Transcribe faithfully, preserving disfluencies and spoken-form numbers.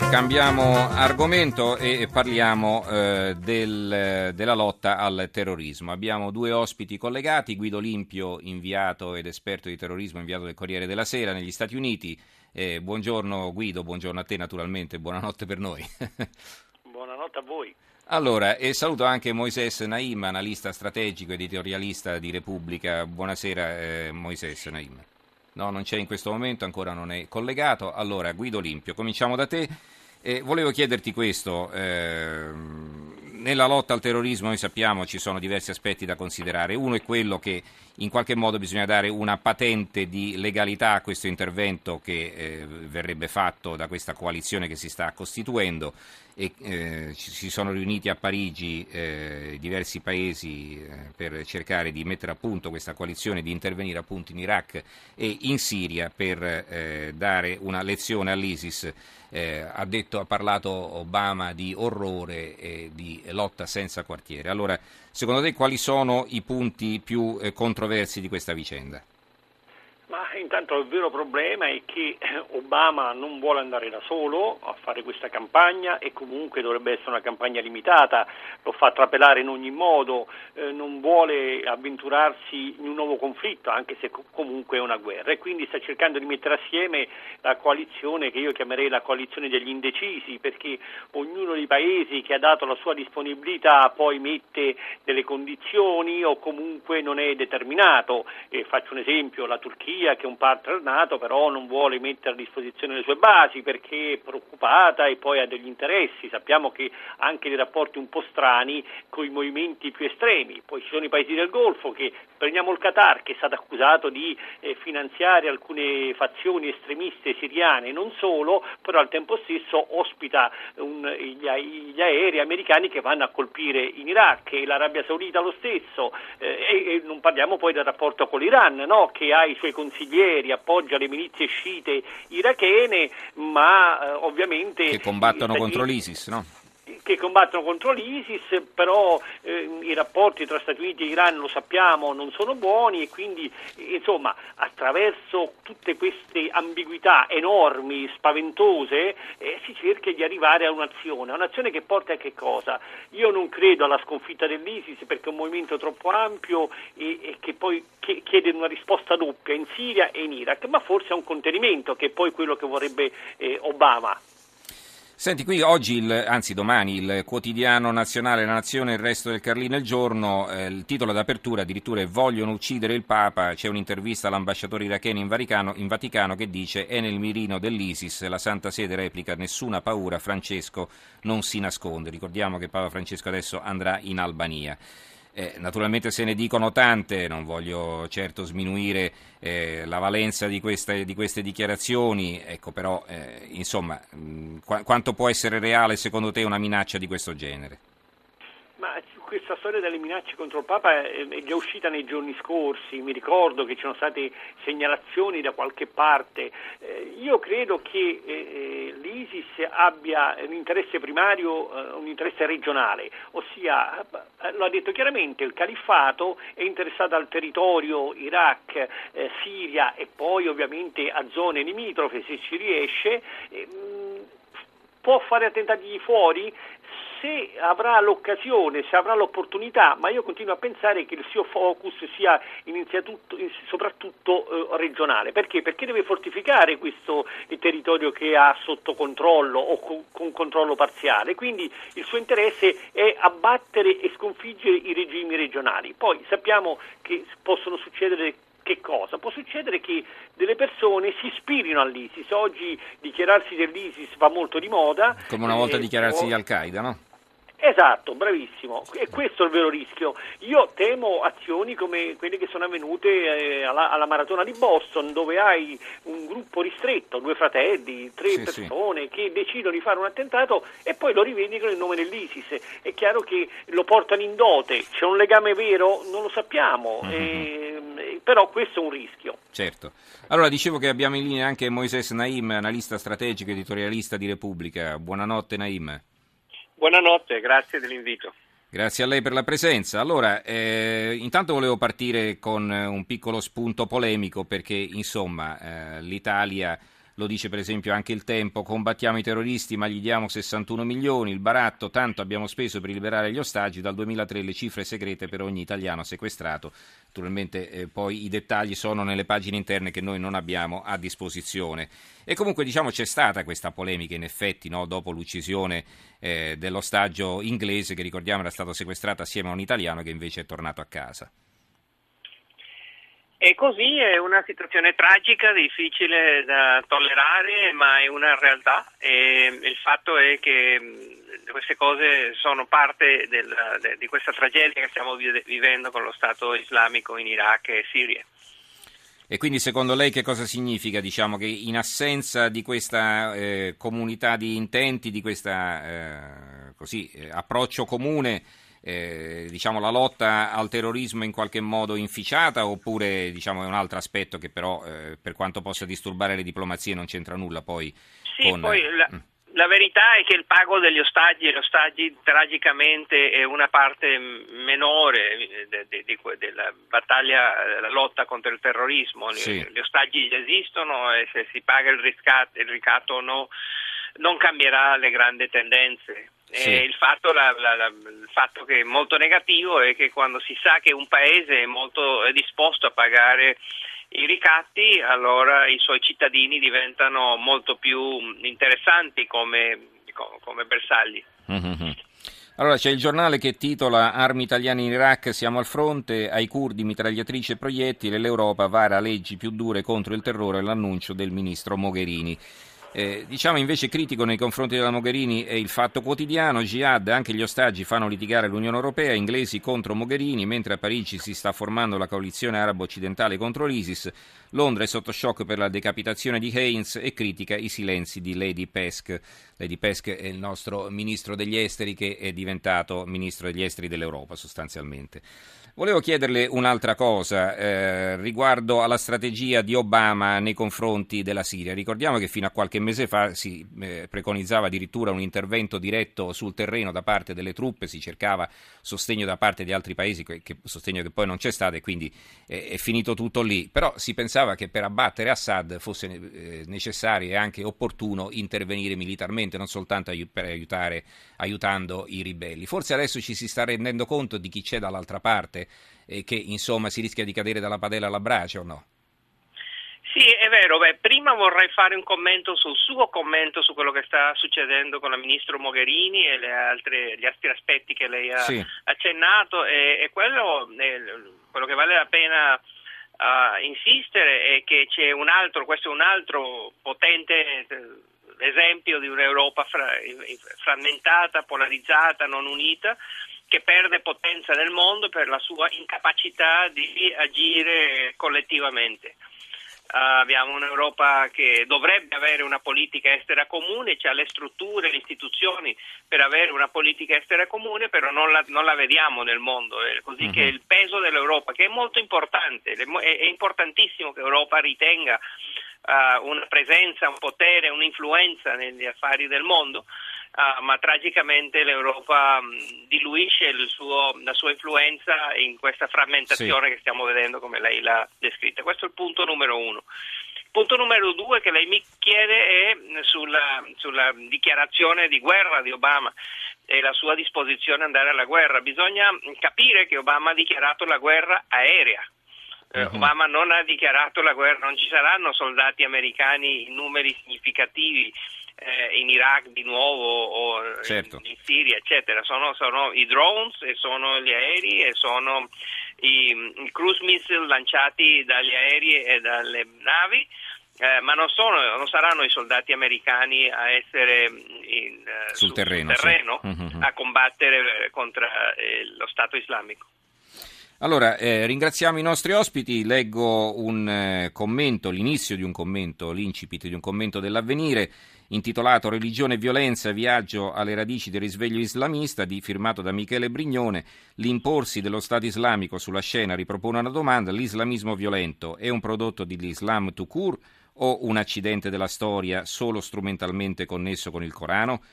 Cambiamo argomento e parliamo eh, del, della lotta al terrorismo. Abbiamo due ospiti collegati, Guido Limpio, inviato ed esperto di terrorismo, inviato del Corriere della Sera negli Stati Uniti. Eh, buongiorno Guido, buongiorno a te naturalmente, buonanotte per noi. Buonanotte a voi. Allora, e saluto anche Moises Naim, analista strategico, editorialista di Repubblica. Buonasera eh, Moises Naim. No, non c'è in questo momento, ancora non è collegato. Allora, Guido Limpio, cominciamo da te. Eh, volevo chiederti questo, eh, nella lotta al terrorismo noi sappiamo ci sono diversi aspetti da considerare. Uno è quello che in qualche modo bisogna dare una patente di legalità a questo intervento che eh, verrebbe fatto da questa coalizione che si sta costituendo e eh, ci, si sono riuniti a Parigi eh, diversi paesi eh, per cercare di mettere a punto questa coalizione, di intervenire appunto in Iraq e in Siria per eh, dare una lezione all'ISIS. Eh, ha detto, ha parlato Obama di orrore e di lotta senza quartiere. Allora, secondo te quali sono i punti più eh, controversi di questa vicenda? Ma intanto il vero problema è che Obama non vuole andare da solo a fare questa campagna e comunque dovrebbe essere una campagna limitata, lo fa trapelare in ogni modo, eh, non vuole avventurarsi in un nuovo conflitto anche se comunque è una guerra e quindi sta cercando di mettere assieme la coalizione che io chiamerei la coalizione degli indecisi, perché ognuno dei paesi che ha dato la sua disponibilità poi mette delle condizioni o comunque non è determinato. Eh, faccio un esempio, la Turchia che è un partner NATO però non vuole mettere a disposizione le sue basi perché è preoccupata e poi ha degli interessi. Sappiamo che ha anche dei rapporti un po' strani con i movimenti più estremi. Poi ci sono i paesi del Golfo, che prendiamo il Qatar, che è stato accusato di eh, finanziare alcune fazioni estremiste siriane e non solo, però al tempo stesso ospita un, gli, gli aerei americani che vanno a colpire in Iraq, e l'Arabia Saudita lo stesso, eh, e, e non parliamo poi del rapporto con l'Iran, no? Che ha i suoi consiglieri, appoggia le milizie sciite irachene, ma eh, ovviamente che combattono contro l'ISIS, no? che combattono contro l'ISIS, però eh, i rapporti tra Stati Uniti e Iran, lo sappiamo, non sono buoni e quindi insomma attraverso tutte queste ambiguità enormi, spaventose, eh, si cerca di arrivare a un'azione, un'azione che porta a che cosa? Io non credo alla sconfitta dell'ISIS perché è un movimento troppo ampio e, e che poi chiede una risposta doppia in Siria e in Iraq, ma forse a un contenimento che è poi quello che vorrebbe eh, Obama. Senti, qui oggi, il, anzi domani, il quotidiano nazionale La Nazione e il Resto del Carlino il Giorno, eh, il titolo d'apertura addirittura è "Vogliono uccidere il Papa", c'è un'intervista all'ambasciatore iracheno in Vaticano, in Vaticano che dice "È nel mirino dell'ISIS", la Santa Sede replica "Nessuna paura, Francesco non si nasconde". Ricordiamo che Papa Francesco adesso andrà in Albania. Eh, naturalmente se ne dicono tante, non voglio certo sminuire eh, la valenza di queste, di queste dichiarazioni, ecco, però eh, insomma mh, qu- quanto può essere reale secondo te una minaccia di questo genere? Ma questa storia delle minacce contro il Papa è già uscita nei giorni scorsi, mi ricordo che ci sono state segnalazioni da qualche parte. Eh, io credo che eh, l'ISIS abbia un interesse primario, eh, un interesse regionale, ossia, eh, lo ha detto chiaramente, il califfato è interessato al territorio Iraq, eh, Siria e poi ovviamente a zone limitrofe se ci riesce. Eh, può fare attentati fuori? Se avrà l'occasione, se avrà l'opportunità, ma io continuo a pensare che il suo focus sia soprattutto eh, regionale. Perché? Perché deve fortificare questo il territorio che ha sotto controllo o con, con controllo parziale, quindi il suo interesse è abbattere e sconfiggere i regimi regionali. Poi sappiamo che possono succedere. Che cosa? Può succedere che delle persone si ispirino all'ISIS. Oggi dichiararsi dell'ISIS va molto di moda. Come una volta eh, dichiararsi o... di Al-Qaeda, no? Esatto, bravissimo, e questo è il vero rischio. Io temo azioni come quelle che sono avvenute eh, alla, alla maratona di Boston, dove hai un gruppo ristretto, due fratelli, tre sì, persone sì. che decidono di fare un attentato e poi lo rivendicano in nome dell'ISIS. È chiaro che lo portano in dote, c'è un legame vero? Non lo sappiamo, mm-hmm. eh, però questo è un rischio. Certo. Allora, dicevo che abbiamo in linea anche Moises Naim, analista strategico, editorialista di Repubblica. Buonanotte Naim. Buonanotte, grazie dell'invito. Grazie a lei per la presenza. Allora, eh, intanto volevo partire con un piccolo spunto polemico perché, insomma, eh, l'Italia lo dice per esempio anche Il Tempo, combattiamo i terroristi ma gli diamo sessantuno milioni, il baratto, tanto abbiamo speso per liberare gli ostaggi, dal duemilatré le cifre segrete per ogni italiano sequestrato, naturalmente eh, poi i dettagli sono nelle pagine interne che noi non abbiamo a disposizione. E comunque diciamo c'è stata questa polemica in effetti, no? Dopo l'uccisione eh, dell'ostaggio inglese che ricordiamo era stato sequestrato assieme a un italiano che invece è tornato a casa. E così è una situazione tragica, difficile da tollerare, ma è una realtà e il fatto è che queste cose sono parte del, de, di questa tragedia che stiamo vivendo con lo Stato islamico in Iraq e Siria. E quindi secondo lei che cosa significa, diciamo, che in assenza di questa eh, comunità di intenti, di questo eh, eh, approccio comune, Eh, diciamo la lotta al terrorismo in qualche modo inficiata, oppure diciamo è un altro aspetto che però eh, per quanto possa disturbare le diplomazie non c'entra nulla poi sì, con... poi la, mm. la verità è che il pago degli ostaggi e gli ostaggi tragicamente è una parte menore de, de, de, de, della battaglia, della lotta contro il terrorismo. Sì. Gli ostaggi esistono e se si paga il riscatto, il ricatto o no non cambierà le grandi tendenze. Sì. E il fatto, la, la, la, il fatto che è molto negativo è che quando si sa che un paese è molto è disposto a pagare i ricatti, allora i suoi cittadini diventano molto più interessanti come, come bersagli. Mm-hmm. Allora c'è il giornale che titola Armi italiane in Iraq, siamo al fronte, ai curdi mitragliatrici e proiettili, l'Europa vara leggi più dure contro il terrore, l'annuncio del ministro Mogherini. Eh, diciamo invece critico nei confronti della Mogherini è il Fatto Quotidiano, Jihad, anche gli ostaggi fanno litigare l'Unione Europea, inglesi contro Mogherini, mentre a Parigi si sta formando la coalizione arabo-occidentale contro l'ISIS, Londra è sotto shock per la decapitazione di Haynes e critica i silenzi di Lady Pesk. Lady Pesk è il nostro ministro degli esteri che è diventato ministro degli esteri dell'Europa sostanzialmente. Volevo chiederle un'altra cosa eh, riguardo alla strategia di Obama nei confronti della Siria. Ricordiamo che fino a qualche mese fa si eh, preconizzava addirittura un intervento diretto sul terreno da parte delle truppe, si cercava sostegno da parte di altri paesi, che, che, sostegno che poi non c'è stato e quindi eh, è finito tutto lì. Però si pensava che per abbattere Assad fosse eh, necessario e anche opportuno intervenire militarmente, non soltanto aiut- per aiutare aiutando i ribelli. Forse adesso ci si sta rendendo conto di chi c'è dall'altra parte e che insomma si rischia di cadere dalla padella alla brace o no? Sì, è vero. Beh, prima vorrei fare un commento sul suo commento su quello che sta succedendo con la ministro Mogherini e le altre, gli altri aspetti che lei ha sì. accennato e, e quello, eh, quello che vale la pena uh, insistere è che c'è un altro, questo è un altro potente esempio di un'Europa fra, frammentata, polarizzata, non unita, che perde potenza nel mondo per la sua incapacità di agire collettivamente. Uh, abbiamo un'Europa che dovrebbe avere una politica estera comune, c'ha le strutture, le istituzioni per avere una politica estera comune, però non la, non la vediamo nel mondo, è così uh-huh. che il peso dell'Europa, che è molto importante, è, è importantissimo che l'Europa ritenga uh, una presenza, un potere, un'influenza negli affari del mondo, uh, ma tragicamente l'Europa um, diluisce il suo, la sua influenza in questa frammentazione sì. che stiamo vedendo come lei l'ha descritta. Questo è il punto numero uno. Il punto numero due che lei mi chiede è sulla, sulla dichiarazione di guerra di Obama e la sua disposizione ad andare alla guerra. Bisogna capire che Obama ha dichiarato la guerra aerea. Uh-huh. Obama non ha dichiarato la guerra, non ci saranno soldati americani in numeri significativi eh, in Iraq di nuovo o certo. in, in Siria, eccetera. Sono, sono i drones e sono gli aerei e sono i, i cruise missile lanciati dagli aerei e dalle navi, eh, ma non, sono, non saranno i soldati americani a essere in, sul su, terreno, sul terreno sì. uh-huh. a combattere contro eh, lo Stato islamico. Allora, eh, ringraziamo i nostri ospiti, leggo un eh, commento, l'inizio di un commento, l'incipit di un commento dell'Avvenire, intitolato Religione e violenza, viaggio alle radici del risveglio islamista, di, firmato da Michele Brignone. L'imporsi dello Stato islamico sulla scena ripropone una domanda: l'islamismo violento è un prodotto dell'Islam tout court o un accidente della storia solo strumentalmente connesso con il Corano?